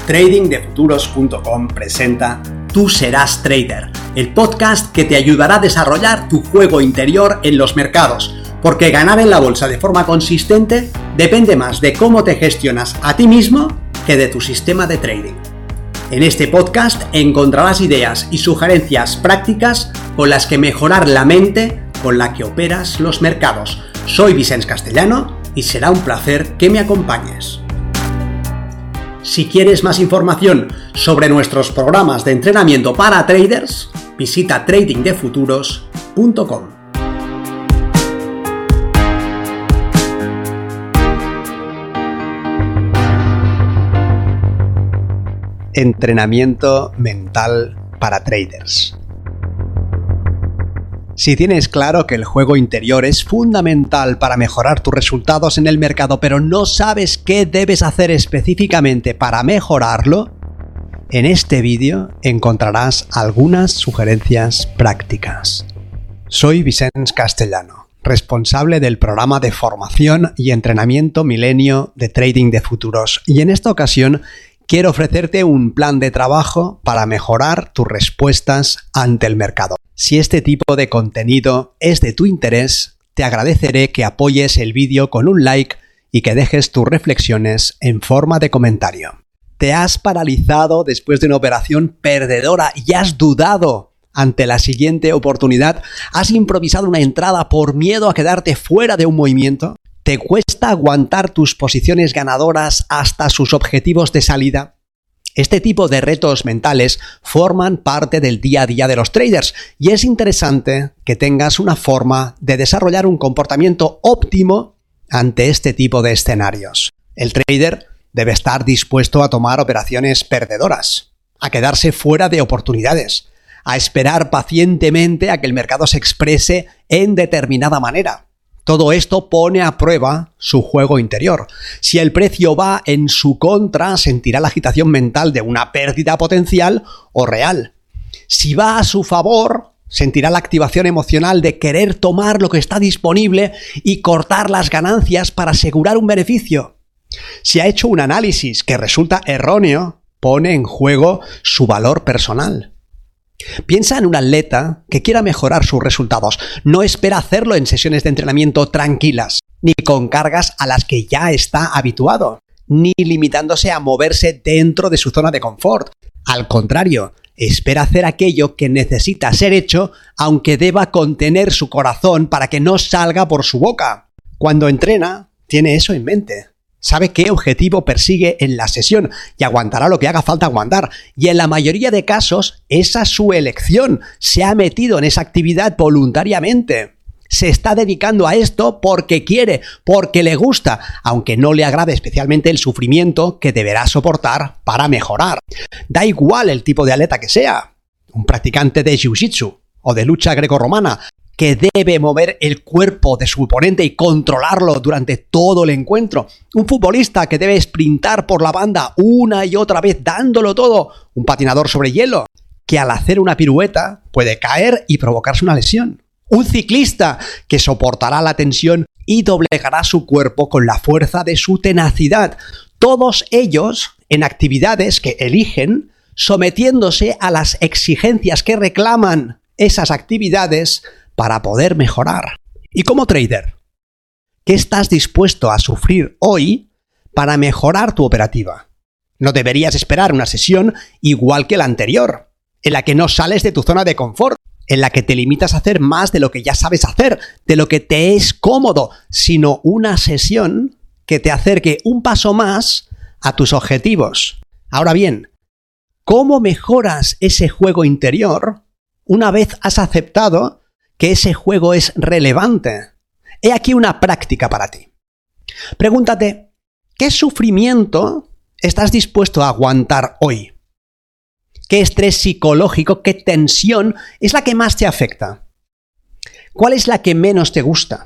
tradingdefuturos.com presenta Tú serás trader, el podcast que te ayudará a desarrollar tu juego interior en los mercados, porque ganar en la bolsa de forma consistente depende más de cómo te gestionas a ti mismo que de tu sistema de trading. En este podcast encontrarás ideas y sugerencias prácticas con las que mejorar la mente con la que operas los mercados. Soy Vicens Castellano y será un placer que me acompañes. Si quieres más información sobre nuestros programas de entrenamiento para traders, visita tradingdefuturos.com. Entrenamiento mental para traders. Si tienes claro que el juego interior es fundamental para mejorar tus resultados en el mercado, pero no sabes qué debes hacer específicamente para mejorarlo, en este vídeo encontrarás algunas sugerencias prácticas. Soy Vicens Castellano, responsable del programa de formación y entrenamiento Milenio de Trading de Futuros, y en esta ocasión quiero ofrecerte un plan de trabajo para mejorar tus respuestas ante el mercado. Si este tipo de contenido es de tu interés, te agradeceré que apoyes el vídeo con un like y que dejes tus reflexiones en forma de comentario. ¿Te has paralizado después de una operación perdedora y has dudado ante la siguiente oportunidad? ¿Has improvisado una entrada por miedo a quedarte fuera de un movimiento? ¿Te cuesta aguantar tus posiciones ganadoras hasta sus objetivos de salida? Este tipo de retos mentales forman parte del día a día de los traders y es interesante que tengas una forma de desarrollar un comportamiento óptimo ante este tipo de escenarios. El trader debe estar dispuesto a tomar operaciones perdedoras, a quedarse fuera de oportunidades, a esperar pacientemente a que el mercado se exprese en determinada manera. Todo esto pone a prueba su juego interior. Si el precio va en su contra, sentirá la agitación mental de una pérdida potencial o real. Si va a su favor, sentirá la activación emocional de querer tomar lo que está disponible y cortar las ganancias para asegurar un beneficio. Si ha hecho un análisis que resulta erróneo, pone en juego su valor personal. Piensa en un atleta que quiera mejorar sus resultados. No espera hacerlo en sesiones de entrenamiento tranquilas, ni con cargas a las que ya está habituado, ni limitándose a moverse dentro de su zona de confort. Al contrario, espera hacer aquello que necesita ser hecho, aunque deba contener su corazón para que no salga por su boca. Cuando entrena, tiene eso en mente. Sabe qué objetivo persigue en la sesión y aguantará lo que haga falta aguantar. Y en la mayoría de casos, esa es su elección. Se ha metido en esa actividad voluntariamente. Se está dedicando a esto porque quiere, porque le gusta, aunque no le agrade especialmente el sufrimiento que deberá soportar para mejorar. Da igual el tipo de atleta que sea. Un practicante de jiu-jitsu o de lucha grecorromana que debe mover el cuerpo de su oponente y controlarlo durante todo el encuentro. Un futbolista que debe sprintar por la banda una y otra vez dándolo todo. Un patinador sobre hielo que al hacer una pirueta puede caer y provocarse una lesión. Un ciclista que soportará la tensión y doblegará su cuerpo con la fuerza de su tenacidad. Todos ellos en actividades que eligen, sometiéndose a las exigencias que reclaman esas actividades para poder mejorar. Y como trader, ¿qué estás dispuesto a sufrir hoy para mejorar tu operativa? No deberías esperar una sesión igual que la anterior, en la que no sales de tu zona de confort, en la que te limitas a hacer más de lo que ya sabes hacer, de lo que te es cómodo, sino una sesión que te acerque un paso más a tus objetivos. Ahora bien, ¿cómo mejoras ese juego interior una vez has aceptado que ese juego es relevante? He aquí una práctica para ti. Pregúntate, ¿qué sufrimiento estás dispuesto a aguantar hoy? ¿Qué estrés psicológico, qué tensión es la que más te afecta? ¿Cuál es la que menos te gusta?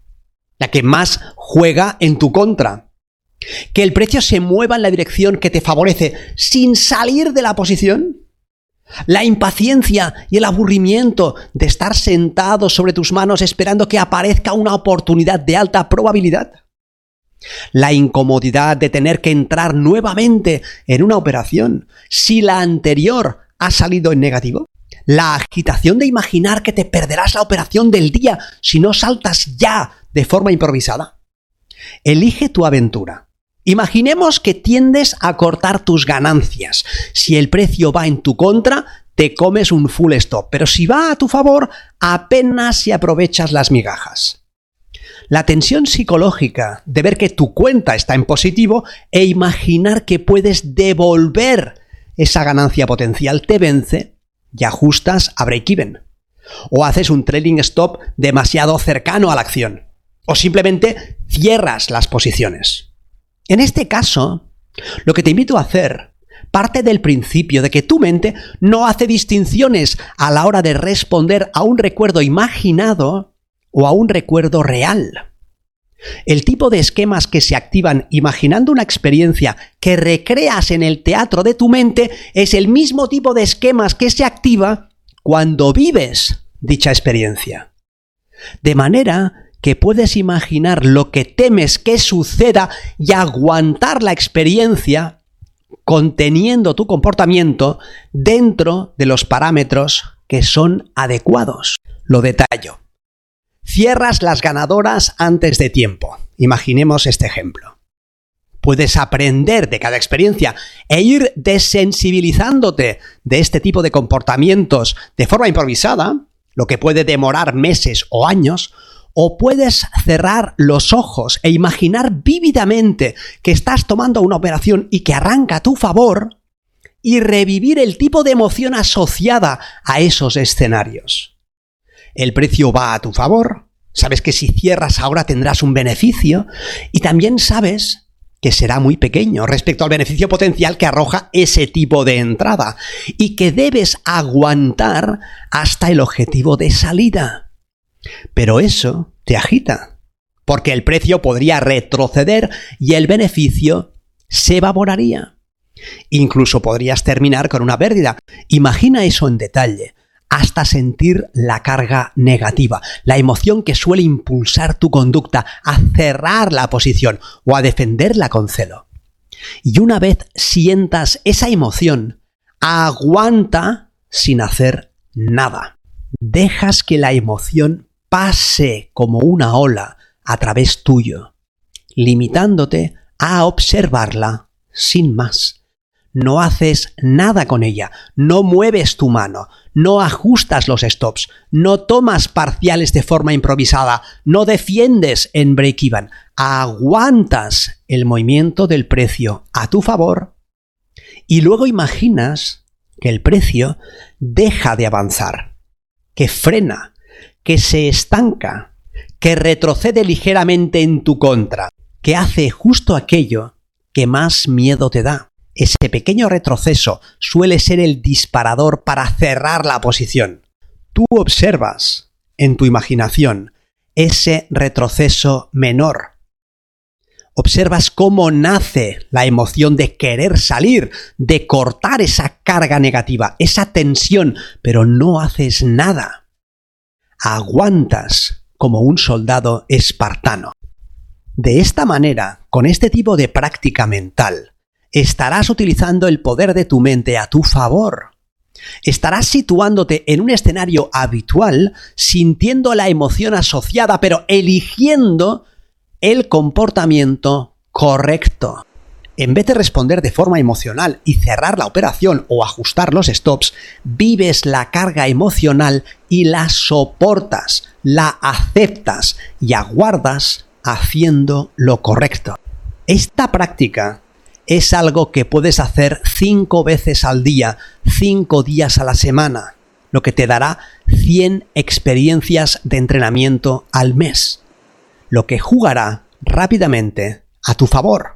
¿La que más juega en tu contra? ¿Que el precio se mueva en la dirección que te favorece sin salir de la posición? La impaciencia y el aburrimiento de estar sentado sobre tus manos esperando que aparezca una oportunidad de alta probabilidad. La incomodidad de tener que entrar nuevamente en una operación si la anterior ha salido en negativo. La agitación de imaginar que te perderás la operación del día si no saltas ya de forma improvisada. Elige tu aventura. Imaginemos que tiendes a cortar tus ganancias. Si el precio va en tu contra, te comes un full stop, pero si va a tu favor, apenas si aprovechas las migajas. La tensión psicológica de ver que tu cuenta está en positivo e imaginar que puedes devolver esa ganancia potencial te vence y ajustas a break-even. O haces un trailing stop demasiado cercano a la acción. O simplemente cierras las posiciones. En este caso, lo que te invito a hacer parte del principio de que tu mente no hace distinciones a la hora de responder a un recuerdo imaginado o a un recuerdo real. El tipo de esquemas que se activan imaginando una experiencia que recreas en el teatro de tu mente es el mismo tipo de esquemas que se activa cuando vives dicha experiencia. De manera que puedes imaginar lo que temes que suceda y aguantar la experiencia conteniendo tu comportamiento dentro de los parámetros que son adecuados. Lo detallo. Cierras las ganadoras antes de tiempo. Imaginemos este ejemplo. Puedes aprender de cada experiencia e ir desensibilizándote de este tipo de comportamientos de forma improvisada, lo que puede demorar meses o años, o puedes cerrar los ojos e imaginar vívidamente que estás tomando una operación y que arranca a tu favor y revivir el tipo de emoción asociada a esos escenarios. El precio va a tu favor, sabes que si cierras ahora tendrás un beneficio y también sabes que será muy pequeño respecto al beneficio potencial que arroja ese tipo de entrada y que debes aguantar hasta el objetivo de salida. Pero eso te agita, porque el precio podría retroceder y el beneficio se evaporaría. Incluso podrías terminar con una pérdida. Imagina eso en detalle, hasta sentir la carga negativa, la emoción que suele impulsar tu conducta a cerrar la posición o a defenderla con celo. Y una vez sientas esa emoción, aguanta sin hacer nada. Dejas que la emoción pase como una ola a través tuyo, limitándote a observarla sin más. No haces nada con ella, no mueves tu mano, no ajustas los stops, no tomas parciales de forma improvisada, no defiendes en break-even, aguantas el movimiento del precio a tu favor y luego imaginas que el precio deja de avanzar, que frena, que se estanca, que retrocede ligeramente en tu contra, que hace justo aquello que más miedo te da. Ese pequeño retroceso suele ser el disparador para cerrar la posición. Tú observas en tu imaginación ese retroceso menor. Observas cómo nace la emoción de querer salir, de cortar esa carga negativa, esa tensión, pero no haces nada. Aguantas como un soldado espartano. De esta manera, con este tipo de práctica mental, estarás utilizando el poder de tu mente a tu favor. Estarás situándote en un escenario habitual, sintiendo la emoción asociada, pero eligiendo el comportamiento correcto. En vez de responder de forma emocional y cerrar la operación o ajustar los stops, vives la carga emocional y la soportas, la aceptas y aguardas haciendo lo correcto. Esta práctica es algo que puedes hacer 5 veces al día, 5 días a la semana, lo que te dará 100 experiencias de entrenamiento al mes, lo que jugará rápidamente a tu favor.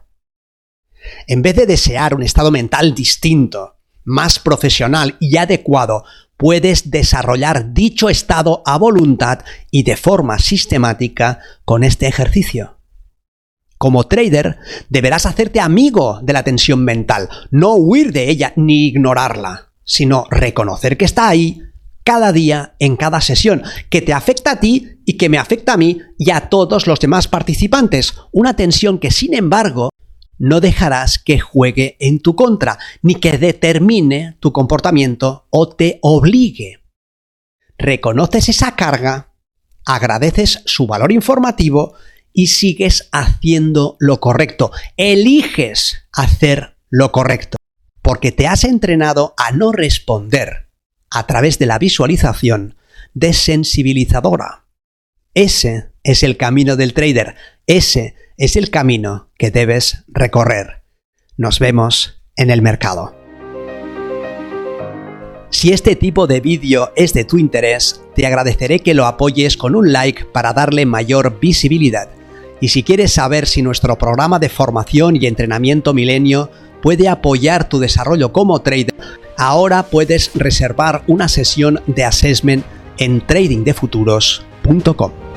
En vez de desear un estado mental distinto, más profesional y adecuado, puedes desarrollar dicho estado a voluntad y de forma sistemática con este ejercicio. Como trader, deberás hacerte amigo de la tensión mental, no huir de ella ni ignorarla, sino reconocer que está ahí, cada día en cada sesión, que te afecta a ti y que me afecta a mí y a todos los demás participantes. Una tensión que, sin embargo, no dejarás que juegue en tu contra, ni que determine tu comportamiento o te obligue. Reconoces esa carga, agradeces su valor informativo y sigues haciendo lo correcto. Eliges hacer lo correcto, porque te has entrenado a no responder a través de la visualización desensibilizadora. Ese es el camino del trader. Ese es el camino que debes recorrer. Nos vemos en el mercado. Si este tipo de vídeo es de tu interés, te agradeceré que lo apoyes con un like para darle mayor visibilidad. Y si quieres saber si nuestro programa de formación y entrenamiento Milenio puede apoyar tu desarrollo como trader, ahora puedes reservar una sesión de assessment en tradingdefuturos.com.